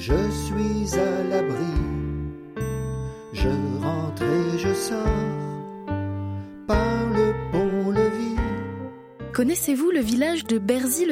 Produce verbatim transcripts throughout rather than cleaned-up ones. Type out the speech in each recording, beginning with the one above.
Je suis à l'abri, je rentre et je sors par le pont-levis. Connaissez-vous le village de Berzy-le-Sec ?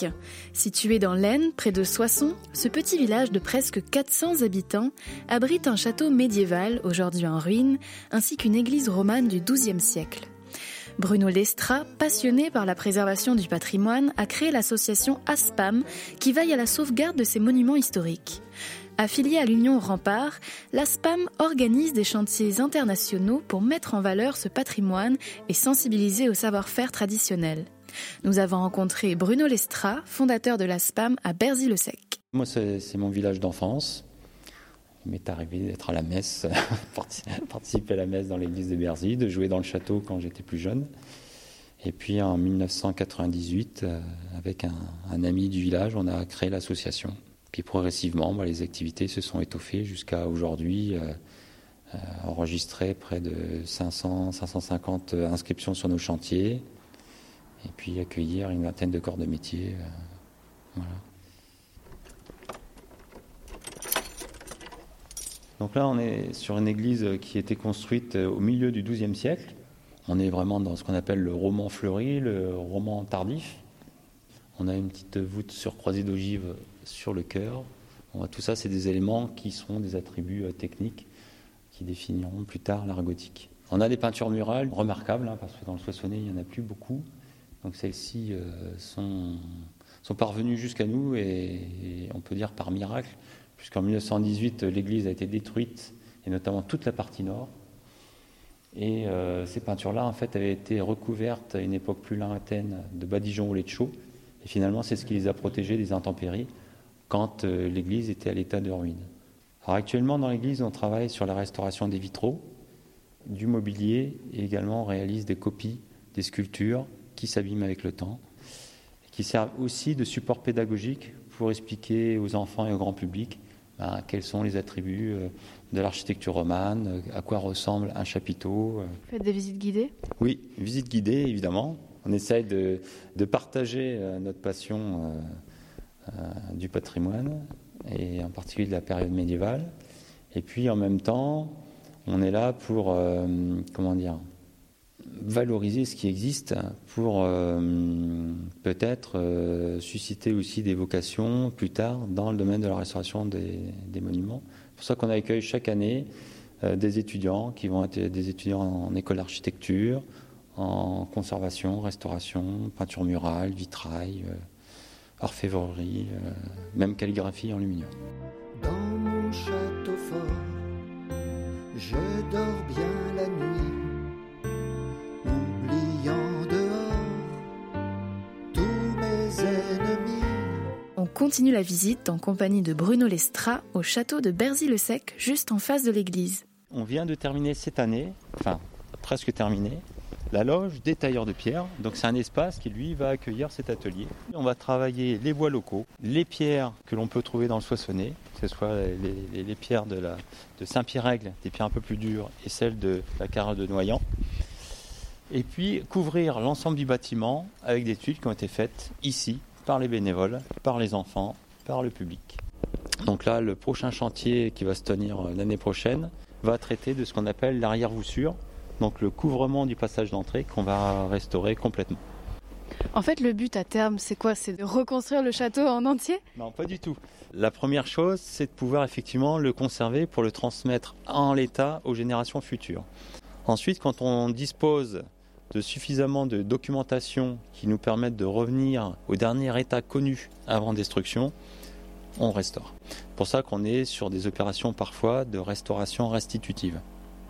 Situé dans l'Aisne, près de Soissons, ce petit village de presque quatre cents habitants abrite un château médiéval, aujourd'hui en ruine, ainsi qu'une église romane du douzième siècle. Bruno Lestra, passionné par la préservation du patrimoine, a créé l'association ASPAM qui veille à la sauvegarde de ces monuments historiques. Affiliée à l'Union Rempart, l'ASPAM organise des chantiers internationaux pour mettre en valeur ce patrimoine et sensibiliser au savoir-faire traditionnel. Nous avons rencontré Bruno Lestra, fondateur de l'ASPAM à Berzy-le-Sec. Moi, c'est, c'est mon village d'enfance. Il m'est arrivé d'être à la messe, participer à la messe dans l'église de Berzy, de jouer dans le château quand j'étais plus jeune. Et puis en dix-neuf cent quatre-vingt-dix-huit, euh, avec un, un ami du village, on a créé l'association. Puis progressivement, bah, les activités se sont étoffées jusqu'à aujourd'hui, euh, euh, enregistrer près de cinq cents, cinq cent cinquante inscriptions sur nos chantiers, et puis accueillir une vingtaine de corps de métier. Euh, voilà. Donc là, on est sur une église qui a été construite au milieu du douzième siècle. On est vraiment dans ce qu'on appelle le roman fleuri, le roman tardif. On a une petite voûte sur croisée d'ogive sur le chœur. On voit tout ça, c'est des éléments qui seront des attributs techniques qui définiront plus tard l'art gothique. On a des peintures murales remarquables, hein, parce que dans le Soissonnais, il n'y en a plus beaucoup. Donc celles-ci euh, sont, sont parvenues jusqu'à nous et, et on peut dire par miracle, puisqu'en dix-neuf cent dix-huit, l'église a été détruite, et notamment toute la partie nord. Et euh, ces peintures-là, en fait, avaient été recouvertes à une époque plus lointaine de badigeons au lait de chaux. Et finalement, c'est ce qui les a protégés des intempéries quand euh, l'église était à l'état de ruine. Alors actuellement, dans l'église, on travaille sur la restauration des vitraux, du mobilier, et également on réalise des copies, des sculptures qui s'abîment avec le temps, et qui servent aussi de support pédagogique pour expliquer aux enfants et au grand public ben, quels sont les attributs euh, de l'architecture romane, à quoi ressemble un chapiteau. Vous faites des visites guidées ? Oui, visites guidées, évidemment. On essaye de, de partager euh, notre passion euh, euh, du patrimoine, et en particulier de la période médiévale. Et puis, en même temps, on est là pour, euh, comment dire, valoriser ce qui existe pour euh, peut-être euh, susciter aussi des vocations plus tard dans le domaine de la restauration des, des monuments. C'est pour ça qu'on accueille chaque année euh, des étudiants qui vont être des étudiants en école d'architecture, en conservation, restauration, peinture murale, vitrail, euh, orfèvrerie, euh, même calligraphie en aluminium. Dans mon château fort, je dors bien la nuit. On continue la visite en compagnie de Bruno Lestra au château de Berzy-le-Sec, juste en face de l'église. On vient de terminer cette année, enfin presque terminé, la loge des tailleurs de pierre. Donc c'est un espace qui lui va accueillir cet atelier. On va travailler les bois locaux, les pierres que l'on peut trouver dans le Soissonnais, que ce soit les, les, les pierres de, la, de Saint-Pierre-Aigle, des pierres un peu plus dures, et celles de la Carre de Noyant. Et puis couvrir l'ensemble du bâtiment avec des tuiles qui ont été faites ici, par les bénévoles, par les enfants, par le public. Donc là, le prochain chantier qui va se tenir l'année prochaine va traiter de ce qu'on appelle l'arrière-voussure, donc le couvrement du passage d'entrée qu'on va restaurer complètement. En fait, le but à terme, c'est quoi ? C'est de reconstruire le château en entier ? Non, pas du tout. La première chose, c'est de pouvoir effectivement le conserver pour le transmettre en l'état aux générations futures. Ensuite, quand on dispose de suffisamment de documentation qui nous permettent de revenir au dernier état connu avant destruction, on restaure. C'est pour ça qu'on est sur des opérations parfois de restauration restitutive.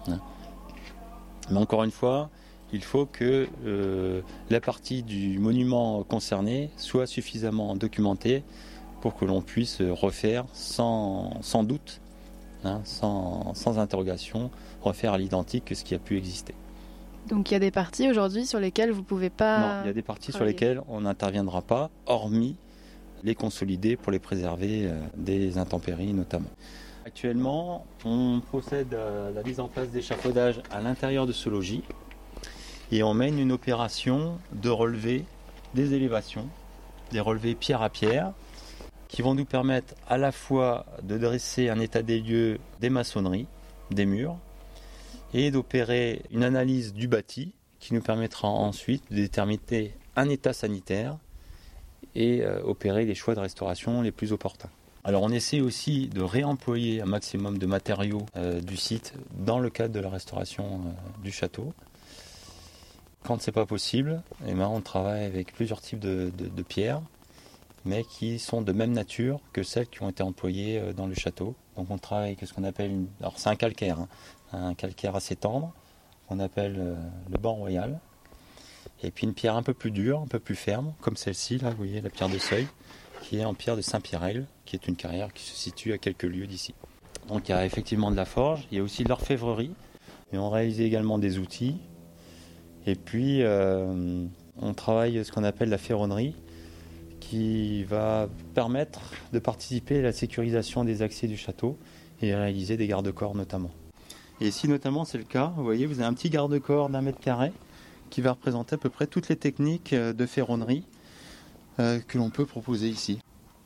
Mais encore une fois, il faut que euh, la partie du monument concerné soit suffisamment documentée pour que l'on puisse refaire sans, sans doute, hein, sans, sans interrogation, refaire à l'identique ce qui a pu exister. Donc il y a des parties aujourd'hui sur lesquelles vous ne pouvez pas... Non, il y a des parties travailler. sur lesquelles on n'interviendra pas, hormis les consolider pour les préserver euh, des intempéries notamment. Actuellement, on procède à la mise en place d'échafaudages à l'intérieur de ce logis et on mène une opération de relevé des élévations, des relevés pierre à pierre, qui vont nous permettre à la fois de dresser un état des lieux des maçonneries, des murs, et d'opérer une analyse du bâti qui nous permettra ensuite de déterminer un état sanitaire et euh, opérer les choix de restauration les plus opportuns. Alors on essaie aussi de réemployer un maximum de matériaux euh, du site dans le cadre de la restauration euh, du château. Quand ce n'est pas possible, eh ben, on travaille avec plusieurs types de, de, de pierres, mais qui sont de même nature que celles qui ont été employées euh, dans le château. Donc on travaille avec ce qu'on appelle, une... alors c'est un calcaire, hein, un calcaire assez tendre, qu'on appelle euh, le banc royal. Et puis une pierre un peu plus dure, un peu plus ferme, comme celle-ci, là, vous voyez, la pierre de seuil, qui est en pierre de Saint-Pierrel, qui est une carrière qui se situe à quelques lieues d'ici. Donc il y a effectivement de la forge, il y a aussi de l'orfèvrerie, et on réalise également des outils. Et puis euh, on travaille ce qu'on appelle la ferronnerie, qui va permettre de participer à la sécurisation des accès du château et réaliser des garde-corps notamment. Et ici notamment c'est le cas, vous voyez, vous avez un petit garde-corps d'un mètre carré qui va représenter à peu près toutes les techniques de ferronnerie euh, que l'on peut proposer ici.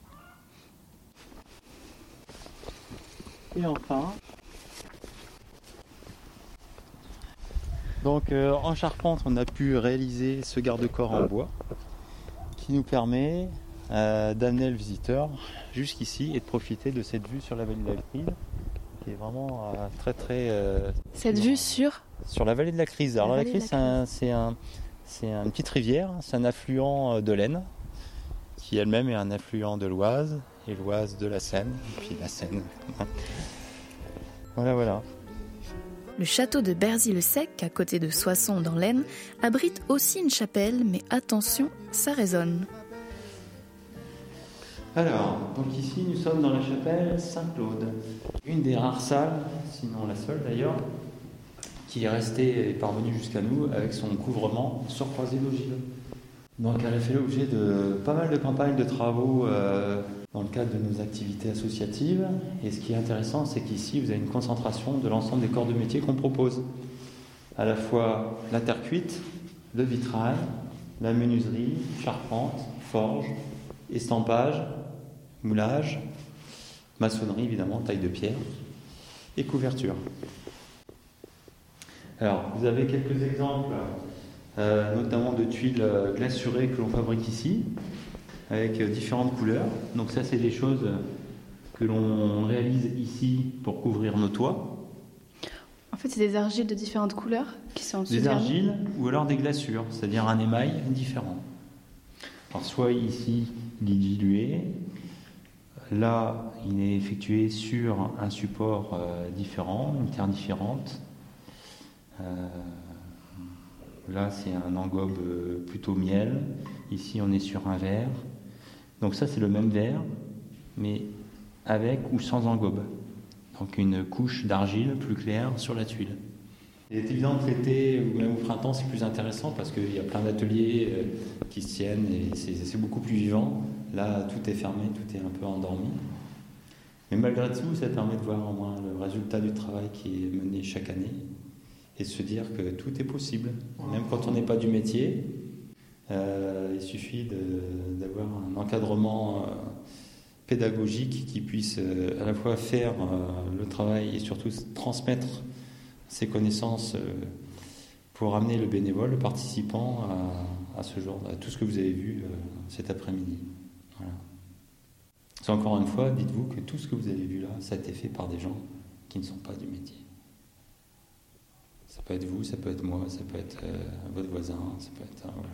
Et enfin, donc euh, en charpente on a pu réaliser ce garde-corps en bois qui nous permet euh, d'amener le visiteur jusqu'ici et de profiter de cette vue sur la vallée de la Crise, qui est vraiment euh, très très... Euh, cette vue sur Sur la vallée de la Crise. Alors la, la Crise, c'est, un, c'est, un, c'est une petite rivière, c'est un affluent de l'Aisne, qui elle-même est un affluent de l'Oise, et l'Oise de la Seine, et puis la Seine. Voilà, voilà. Le château de Berzy-le-Sec, à côté de Soissons dans l'Aisne, abrite aussi une chapelle, mais attention, ça résonne. Alors, donc ici nous sommes dans la chapelle Saint-Claude, une des rares salles, sinon la seule d'ailleurs, qui est restée et parvenue jusqu'à nous avec son couvrement sur croisée d'ogive. Donc elle a fait l'objet de pas mal de campagnes de travaux euh, dans le cadre de nos activités associatives. Et ce qui est intéressant, c'est qu'ici, vous avez une concentration de l'ensemble des corps de métier qu'on propose. À la fois la terre cuite, le vitrail, la menuiserie, charpente, forge, estampage, moulage, maçonnerie évidemment, taille de pierre et couverture. Alors, vous avez quelques exemples, euh, notamment de tuiles glacurées que l'on fabrique ici, avec différentes couleurs. Donc ça, c'est des choses que l'on réalise ici pour couvrir nos toits. En fait, c'est des argiles de différentes couleurs qui sont Des argiles ou alors des glaçures, c'est-à-dire un émail différent. Alors soit ici, il est dilué. Là, il est effectué sur un support euh, différent, une terre différente. Euh, là, c'est un engobe plutôt miel. Ici, on est sur un verre. Donc ça, c'est le même verre, mais avec ou sans engobe. Donc une couche d'argile plus claire sur la tuile. Il est évident que l'été ou même au printemps, c'est plus intéressant parce qu'il y a plein d'ateliers euh, qui se tiennent et c'est, c'est beaucoup plus vivant. Là, tout est fermé, tout est un peu endormi. Mais malgré tout, ça permet de voir au moins le résultat du travail qui est mené chaque année et de se dire que tout est possible. Même quand on n'est pas du métier, euh, il suffit de, d'avoir un encadrement euh, pédagogique qui puisse euh, à la fois faire euh, le travail et surtout transmettre ses connaissances euh, pour amener le bénévole, le participant à, à ce genre, à tout ce que vous avez vu euh, cet après-midi. Voilà. C'est encore une fois, dites-vous que tout ce que vous avez vu là, ça a été fait par des gens qui ne sont pas du métier. Ça peut être vous, ça peut être moi, ça peut être euh, votre voisin, ça peut être... Euh, voilà.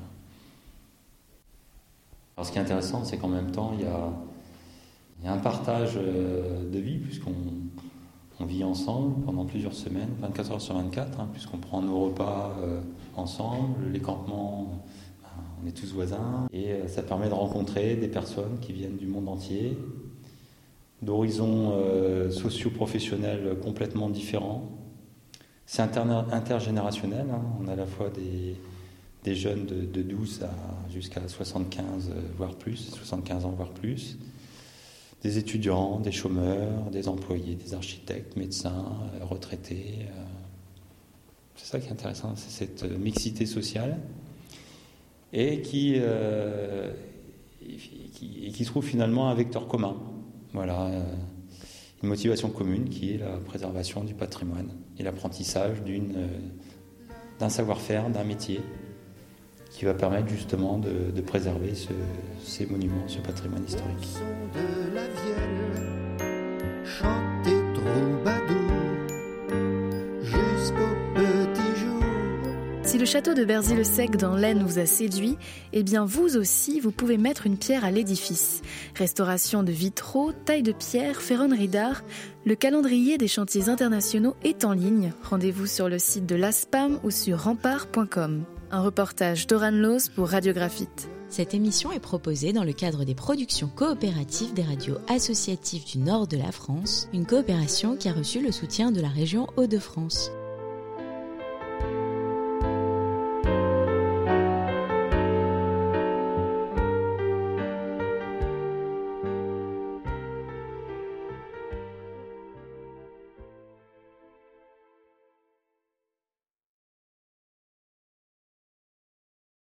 Alors ce qui est intéressant, c'est qu'en même temps, il y a, il y a un partage euh, de vie, puisqu'on on vit ensemble pendant plusieurs semaines, vingt-quatre heures sur vingt-quatre, hein, puisqu'on prend nos repas euh, ensemble, les campements... On est tous voisins et ça permet de rencontrer des personnes qui viennent du monde entier, d'horizons euh, socio-professionnels complètement différents. C'est inter- intergénérationnel, hein. On a à la fois des, des jeunes de, de douze à, jusqu'à soixante-quinze, voire plus, soixante-quinze ans, voire plus, des étudiants, des chômeurs, des employés, des architectes, médecins, euh, retraités. Euh. C'est ça qui est intéressant, c'est cette mixité sociale. Et qui euh, et, qui, et qui trouve finalement un vecteur commun. Voilà, euh, une motivation commune qui est la préservation du patrimoine et l'apprentissage d'une, euh, d'un savoir-faire, d'un métier qui va permettre justement de, de préserver ce, ces monuments, ce patrimoine historique. De la vielle, chanter troubadour, jusqu'au petit jour. Si le château de Berzy-le-Sec dans l'Aisne vous a séduit, eh bien vous aussi, vous pouvez mettre une pierre à l'édifice. Restauration de vitraux, taille de pierre, ferronnerie d'art, le calendrier des chantiers internationaux est en ligne. Rendez-vous sur le site de l'A S P A M ou sur rempart point com. Un reportage d'Oran Loos pour Radiographite. Cette émission est proposée dans le cadre des productions coopératives des radios associatives du nord de la France, une coopération qui a reçu le soutien de la région Hauts-de-France.